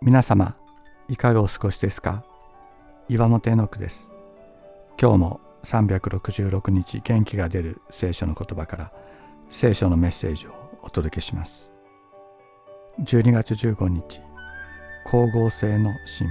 皆様いかがお過ごしですか。岩本絵の句です。今日も366日元気が出る聖書の言葉から聖書のメッセージをお届けします。12月15日、光合成の神秘。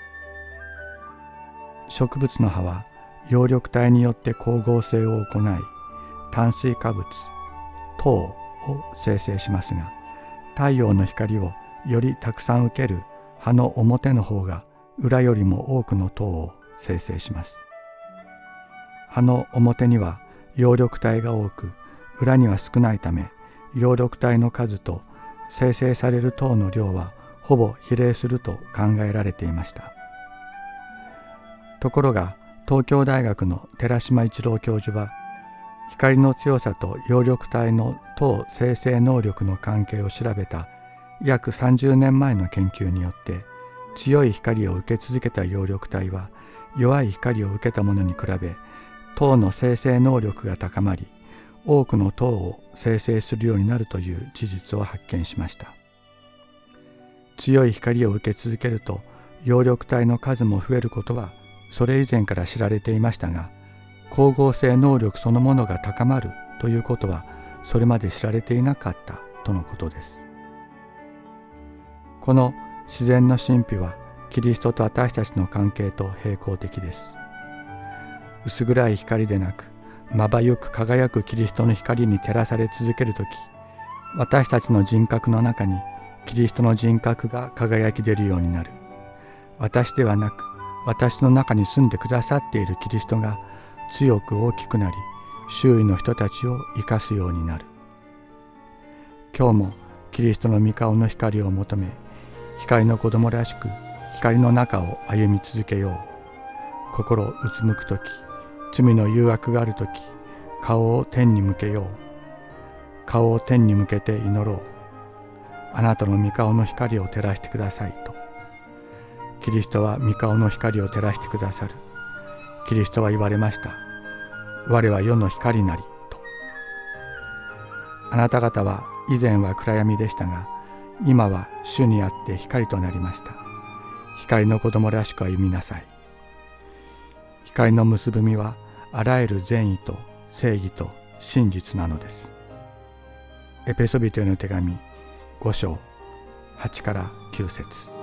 植物の葉は葉緑体によって光合成を行い、炭水化物糖を生成しますが、太陽の光をよりたくさん受ける葉の表の方が裏よりも多くの糖を生成します。葉の表には葉緑体が多く、裏には少ないため、葉緑体の数と生成される糖の量はほぼ比例すると考えられていました。ところが東京大学の寺島一郎教授は、光の強さと葉緑体の糖生成能力の関係を調べた約30年前の研究によって、強い光を受け続けた葉緑体は弱い光を受けたものに比べ糖の生成能力が高まり、多くの糖を生成するようになるという事実を発見しました。強い光を受け続けると葉緑体の数も増えることはそれ以前から知られていましたが、光合成能力そのものが高まるということはそれまで知られていなかったとのことです。この自然の神秘はキリストと私たちの関係と並行的です。薄暗い光でなく、まばゆく輝くキリストの光に照らされ続けるとき、私たちの人格の中にキリストの人格が輝き出るようになる。私ではなく、私の中に住んでくださっているキリストが強く大きくなり、周囲の人たちを生かすようになる。今日もキリストの御顔の光を求め、光の子供らしく光の中を歩み続けよう。心うつむくとき、罪の誘惑があるとき、顔を天に向けよう。顔を天に向けて祈ろう。あなたの御顔の光を照らしてくださいと。キリストは御顔の光を照らしてくださる。キリストは言われました。我は世の光なりと。あなた方は以前は暗闇でしたが、今は主にあって光となりました。光の子供らしく歩みなさい。光の結ぶ実はあらゆる善意と正義と真実なのです。エペソビトへの手紙5章8から9節。